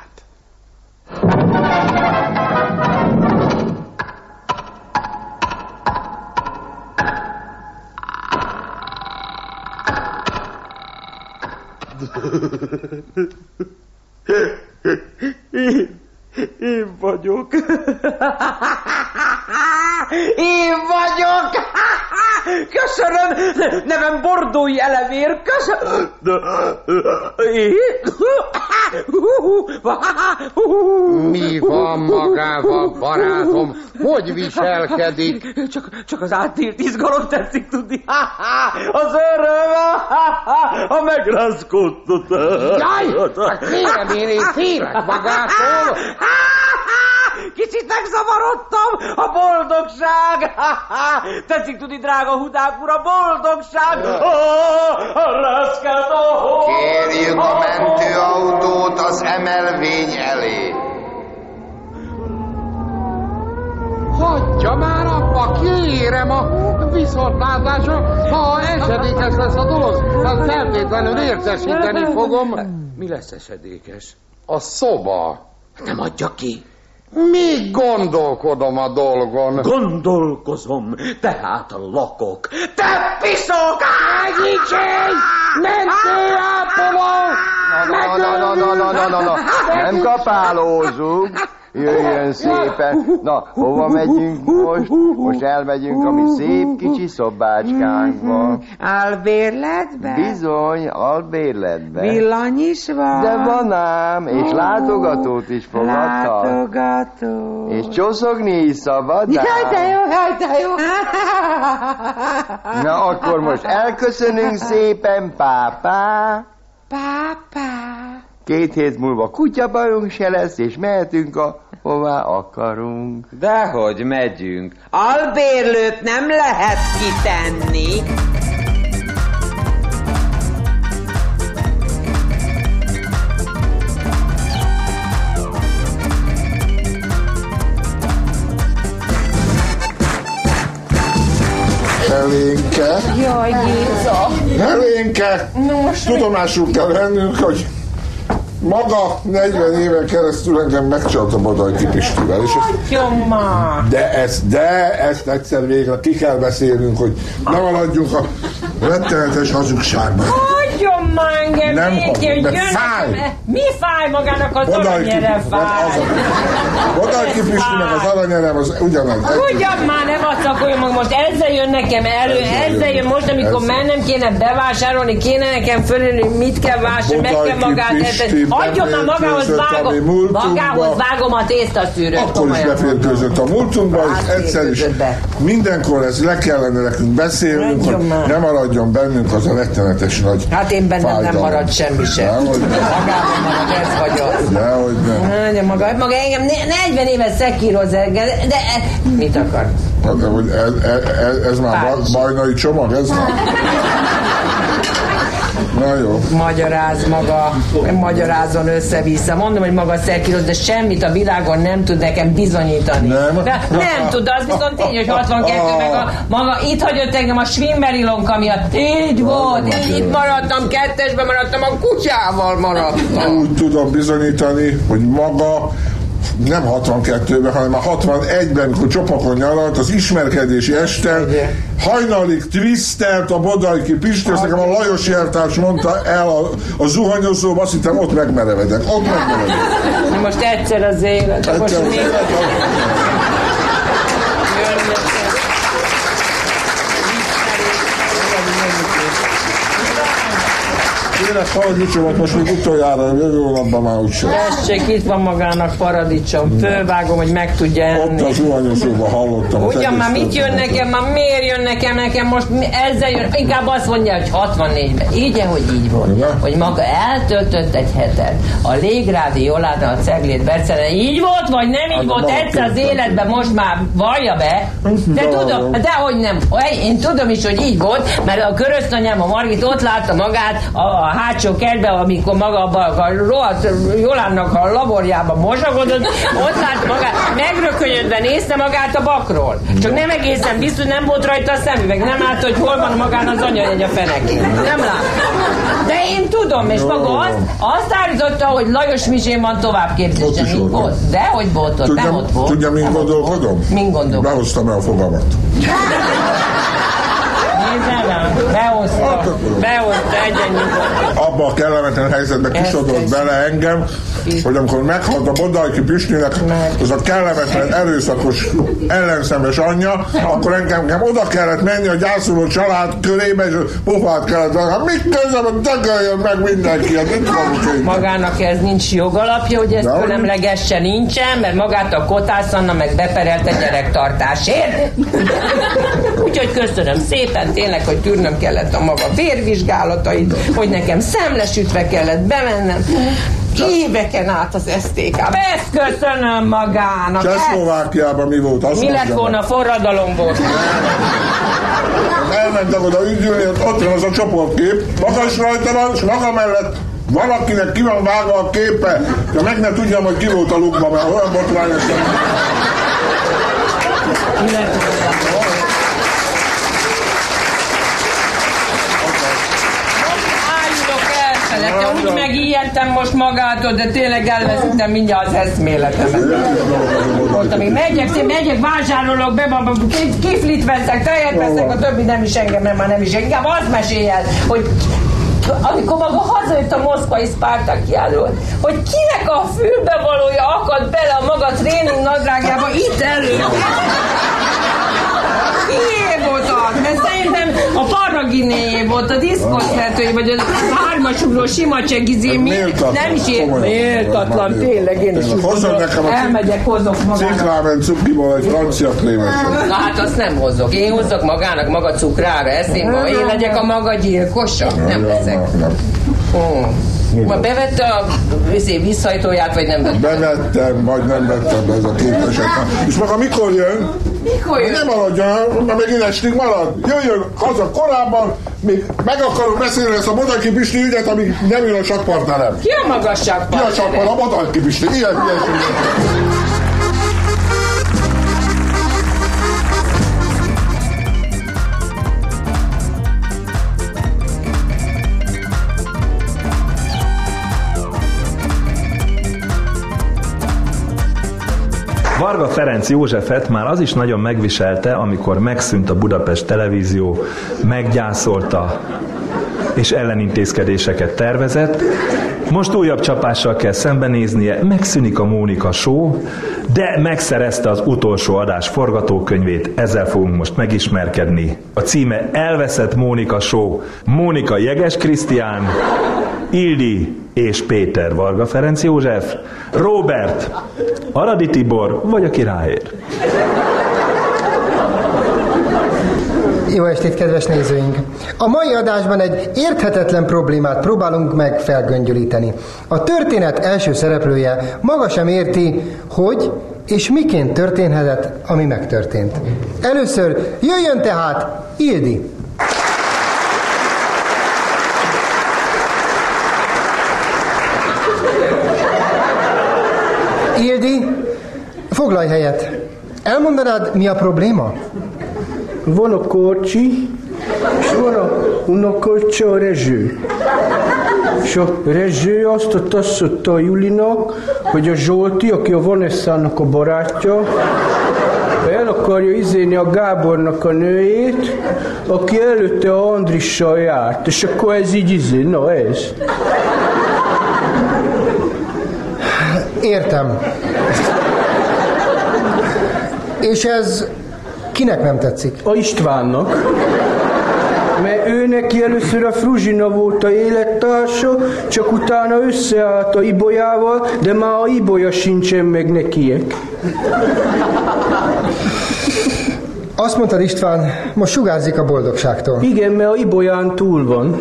Én, én vagyok. Én vagyok. Köszönöm! Nevem Bordói Elevér, köszönöm! Mi van magával, barátom? Hogy viselkedik? Csak, csak az átélt izgalom tetszik tudni. Az öröm, ha megrázkodtott. Jaj! Kérem, én én félek magától! Kicsit megzavarodtam, a boldogság! Tetszik tudni, drága Hudák ura, boldogság! Kérjük a mentőautót az emelvény elé. Hagyja már abba, kérem a viszontlátásra. Ha esedékes lesz a dolog, az feltétlenül értesíteni fogom. Mi lesz esedékes? A szoba. Nem adja ki. Még gondolkodom a dolgon. Gondolkozom, tehát lakok. Te piszok! Ágyítség! Mentőápoló! Na, na, na, na, na, na, na, na. Nem kapálózunk. Jöjjön szépen. Na, hova megyünk most? Most elmegyünk a mi szép kicsi szobácskánkba. Albérletbe? Bizony, albérletbe. Villany is van? De van ám, és látogatót is fogadhat. Látogató. És csoszogni is szabad. Jaj, de jó, jaj, de jó. Na, akkor most elköszönünk szépen, pápá. Pápá. Két hét múlva kutyabajunk se lesz, és mehetünk a hová akarunk. Dehogy megyünk. Albérlőt nem lehet kitenni. Helénke. Jaj, Géza. Helénke. Tudomásul kell vennünk, hogy maga negyven éven keresztül engem megcsalt a Badajki Pistivel. És ezt, de ezt, de ezt egyszer végre ki kell beszélnünk, hogy ne maradjunk a rettenetes hazugságban. Hagyjon már engem nem néki, hogy fáj. Mi fáj magának az aranyere fáj? Badajki Pisti meg az aranyerem az ugyanaz. Ugyan már ne vacakoljon mag, most ezzel jön nekem elő, ezzel, ezzel jön most, amikor ezzel. mennem kéne bevásárolni, kéne nekem fölülni, mit kell vásárolni, meg kell magát érteni. Hagyjon már magához vágom, magához vágom a tésztaszűrőt. Akkor is beférkőzött a múltunkba, és egyszer is mindenkor ez le kellene nekünk beszélnünk, hogy ne maradjon bennünk az a rettenetes nagy Hát én bennem fájdalom. nem marad semmi sem. Magában marad, ez vagy az. Dehogy nem. De maga, maga engem negyven éve szekíroz, de mit akar? Ez, ez, ez már bajnai csomag, ez már? Na jó. Magyaráz maga, magyarázzon össze-vissza. Mondom, hogy maga szekíroz, de semmit a világon nem tud nekem bizonyítani. Nem? De nem tud, az viszont tény, hogy hatvankettő meg a maga itt hagyott engem a Schwimberilonka miatt. Így volt, így itt maradtam, kettesben maradtam, a kutyával maradtam. Úgy tudom bizonyítani, hogy maga nem hatvankettőben, hanem a hatvanegyben, amikor csopakon nyaralt, az ismerkedési esten hajnalig twistelt a Bodajki Pisti, ezt nekem a Lajos jeltárs mondta el a, a zuhanyozóba, azt hittem, ott megmerevedek, ott megmerevedek. Most egyszer az élet, egyszer most az még... élet. Kérek paradicsomot, most még utoljára, jövő hónapban már úgysem. Tessék, itt van magának paradicsom. Fölvágom, hogy meg tudja enni. Ott az zuhanyozóban hallottam. Ugyan már mit jön nekem, már miért jön nekem, nekem most ezzel jön, inkább azt mondja, hogy hatvannégyben. Így, hogy így volt. Hogy maga eltöltött egy hetet a Légrádi Jolánál a Ceglét Bercenen. Így volt, vagy nem így volt? Egyszer az életben most már vallja be. De tudom, dehogy nem. Én tudom is, hogy így volt, mert a körösztanyám, a Margit ott látta magát a a hátsó kertbe, amikor maga a rohadt Jolánnak a laborjában mosakodott, ott látta magát, megrökönyödve nézte magát a bakról. Csak nem egészen biztos, nem volt rajta a szemüveg, nem látta, hogy hol van magán az anyajegy a fenekén. Nem látta. De én tudom, és maga azt, azt állította, hogy Lajos Misén van továbbképzésen. Így volt. De hogy volt ott? Nem ott volt. Tudja, mint gondolkodom? Mint gondolkodom? Behoztam el a fogamat. Nézzel Behozta, behozta egyen nyugodtan. Abba a kellemetlen helyzetbe kisodott bele engem, hogy amikor meghalt a Bodajki Pistinek az a kellemetlen, erőszakos, ellenszemes anyja, akkor engem, engem oda kellett menni a gyászoló család körébe, és pofát kellett venni. Mit kezdem, hogy dögöljön meg mindenki, hát itt van. Magának ez nincs jogalapja, hogy ezt fölemlegesse, nincsen, mert magát a Kotász Anna meg beperelte gyerektartásért. Úgyhogy köszönöm szépen, tényleg, hogy tűrnöm kellett a maga vérvizsgálatait, hogy nekem szemlesütve kellett bemennem. Éveken át az es té ká-ba. Ezt köszönöm magának. Csehszlovákiában mi volt? Azt mi lett volna, forradalom volt? Elmentem oda ügyülni, ott van az a csoportkép, maga is rajta van, és maga mellett valakinek ki van vágva a képe, de meg ne tudjam, hogy ki volt a lukban, mert olyan botrányos. Mi lett volna? Ja, úgy megijedtem most magától, de tényleg elveszítem mindjárt az eszméletemet. Mondtam, még megyek, megyek, vásárolok be, kiflit veszek, tejet veszek, a többi nem is engem, nem, már nem is inkább azt mesél el, hogy amikor maga hazajött a moszkvai Szpartakiáról, hogy kinek a fülbevalója akadt bele a maga tréning nadrágjába itt elő. Kié volt az? Mert szerintem a Paraginéjé volt, a diszkoszvetőjé, vagy a hármasugró sima csegizé, mi nem is ér. Méltatlan, tényleg, én is úgy elmegyek, hozok magának. Ciklámen cukiból egy francia krémeset. Na hát azt nem hozok. Én hozok magának maga cukrára eszénbe, én legyek a maga gyilkosa. Nem leszek. Ma bevette a visszahajtóját, vagy nem vette? Bevettem, vagy nem vettem, ez a két eset. És maga mikor jön? Mikor jön? Nem maradjon, mert még estig marad. Jöjjön haza korábban, még meg akarok beszélni ezt a Bodajki Pisti ügyet, amíg nem jön a sakpartnerem. Ki a maga sakpartnerem? Ki a sakpartnerem? A Bodajki Pisti. Ilyen, ilyen. Varga Ferenc Józsefet már az is nagyon megviselte, amikor megszűnt a Budapest Televízió, meggyászolta és ellenintézkedéseket tervezett. Most újabb csapással kell szembenéznie, megszűnik a Mónika Show, de megszerezte az utolsó adás forgatókönyvét, ezzel fogunk most megismerkedni. A címe Elveszett Mónika Show. Mónika Jeges Krisztián, Ildi és Péter Varga Ferenc József, Róbert, Aradi Tibor vagy a királyér. Jó estét, kedves nézőink! A mai adásban egy érthetetlen problémát próbálunk meg felgöngyölíteni. A történet első szereplője maga sem érti, hogy és miként történhetett, ami megtörtént. Először jöjjön tehát Ildi! Ildi, foglalj helyet. Elmondanád, mi a probléma? Van a Korcsi, és van a unokorcsa, a Rezső. És a Rezső azt a tasszotta a Julinak, hogy a Zsolti, aki a Vanessának a barátja, el akarja izélni a Gábornak a nőjét, aki előtte a Andrissal járt. És akkor ez így izé, na ez. Értem. És ez kinek nem tetszik? A Istvánnak. Mert ő neki először a Fruzsina volt a élettársa, csak utána összeállt a Ibolyával, de már a Ibolya sincsen meg nekiek. Azt mondtad, István, most sugárzik a boldogságtól. Igen, mert a Ibolyán túl van.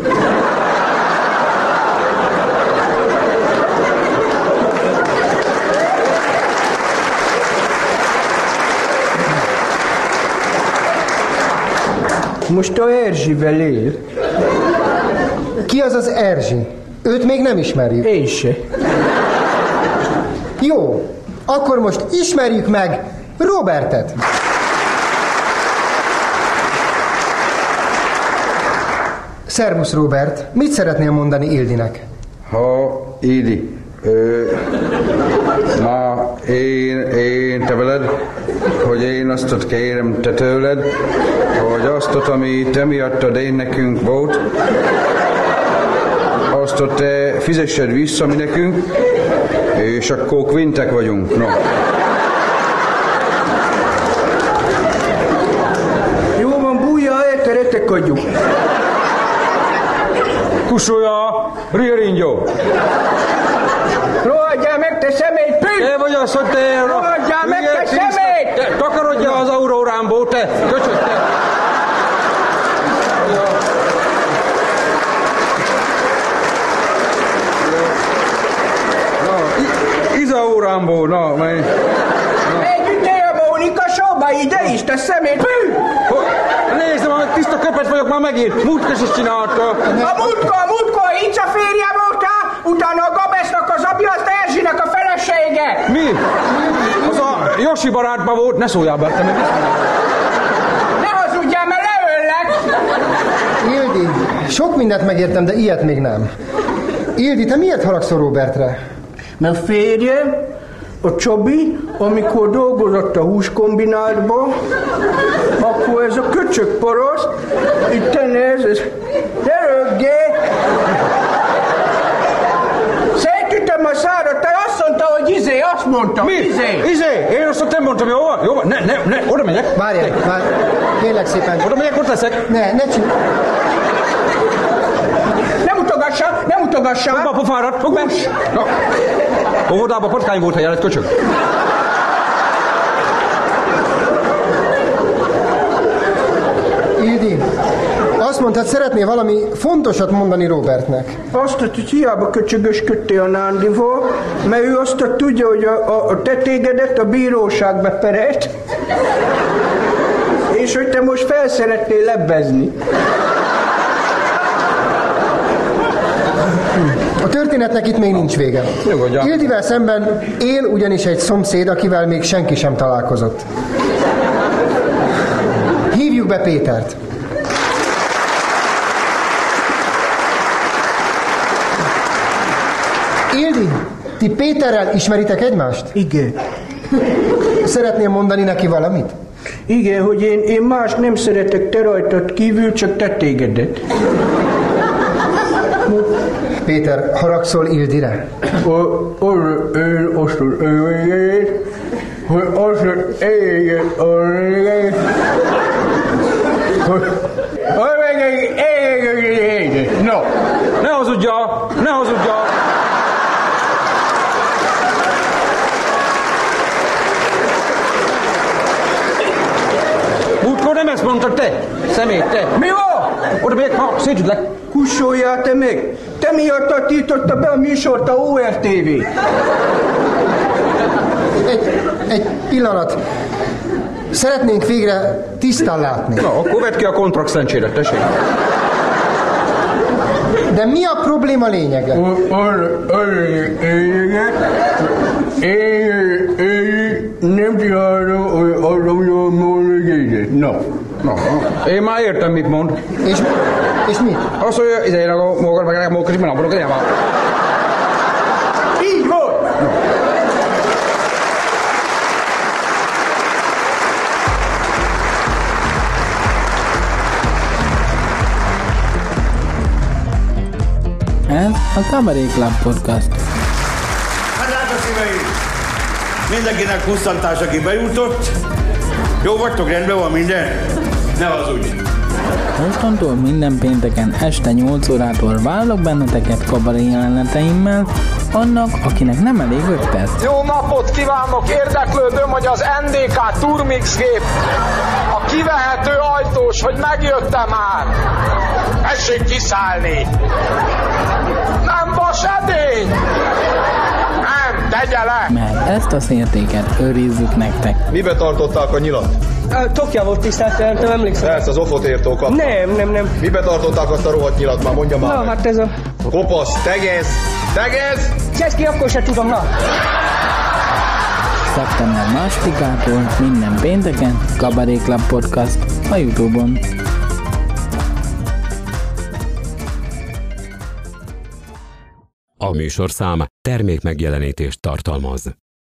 Most a Erzsivel él. Ki az az Erzsi? Őt még nem ismerjük. Én se. Jó, akkor most ismerjük meg Robertet. Szervusz, Robert. Mit szeretnél mondani Ildinek? Ha, Ildi, Ö, na, én, én, te veled, hogy én azt ott kérem te tőled, hogy azt ott, ami te miattad én nekünk volt, azt ott te fizessed vissza mi nekünk, és akkor kvintek vagyunk. No. Jó van, bújja, elteretek adjuk. Kusolja, rieringyó! Rohadjál meg, te szemét, püh! Te vagy az, hogy te... Rohadjál meg, te szemét! Te takarodja az aurórámból, te! Köcsög, te! Izaórámból, na, mely... Együtt él a Mónika showba, ide is, te szemét, püh! Nézd, már tiszta köpet vagyok már megint, Mútkás is csinálta. A Mutka, a Mutka, így a férje voltál, utána a Gabesznak az apja, azt Erzsinek a felesége. Mi? Az a Josi barátban volt, ne szóljál be, te meg ne hazudjál, mert leöllek. Ildi, sok mindent megértem, de ilyet még nem. Ildi, te miért haragszol Robertre? Mert férje, a Csabi, amikor dolgozott a húskombinátba, akkor ez a köcsög paraszt, itt ez, ez, ne röggé! Szétütöm a szárat, te azt mondta, hogy izé, azt mondta, mi? izé! Izé? Én azt nem mondtam, jó van, jó van, ne, ne, ne, oda megyek. Várjál, várj, kérlek szépen. Oda megyek, ott leszek. Ne, ne csinálj. Nem utogassa, nem utogassa! Fogd be a pofárat, fogd be! No. Óvodában patkány volt, ha jelent köcsög. Ildi, azt mondtad, szeretnél valami fontosat mondani Robertnek. Azt, hogy hiába köcsögösködtél a Nándival, mert ő azt tudja, hogy a, a, a te tégedet a bíróság beperelt, és hogy te most fel szeretnél lebbezni. A történetnek itt még nincs vége. Nyugodjan. Ildivel szemben él ugyanis egy szomszéd, akivel még senki sem találkozott. Hívjuk be Pétert. Ildi, ti Péterrel ismeritek egymást? Igen. Szeretnél mondani neki valamit? Igen, hogy én, én más nem szeretek te rajtad kívül, csak te tégedet. Péter, haragszol Ildire? Én azt az éjjel, hogy azt az éjjel, hogy meg egy éjjel, no. Ne hazudja, ne hazudja. Múltkor nem ezt mondtad te, szemét, te. Mi van? Oda megyek, ha szétüdlek. Kussoljál te meg! Te miattad tiltotta be a műsort a o er té vé! Egy, egy pillanat. Szeretnénk végre tisztán látni. Na, akkor vedd ki a kontrakt szentséret, tessék. De mi a probléma lényege? A lényege, én nem csinálom, hogy adom jól mondani. No. Na, én már értem, mit mond. És, és mit? Azt, hogy izé, a mókar, meg a mókar, és menabodok, hogy van. Így volt! Ez a Cabaret Club Podcast. Hát drága szíveim! Mindenkinek kusztantás, aki bejutott. Jó vagytok, rendben van minden? Ne hazudj! Mostantól minden pénteken este nyolc órától várlak benneteket kabaré jeleneteimmel, annak, akinek nem elég öt perc. Jó napot kívánok! Érdeklődöm, hogy az en dé ká Turmix gép, a kivehető ajtós, hogy megjött-e már? Tessék kiszállni! Nem vas edény! Nem, tegye le! Mert ezt a szértéket őrizzük nektek. Mibe tartották a nyilat? Tokja volt tisztelt, nem emlékszem. Persze, az ofot írtó kapta. Nem, nem, nem. Mibe tartották azt a rohadt nyilat már, mondja már Na, meg. hát ez a... Kopasz, tegez! Tegez! Csesz ki, akkor se tudom, na. Szeptember másodikától minden pénteken Cabaret Club Podcast a YouTube-on. A műsorszám termékmegjelenítést tartalmaz.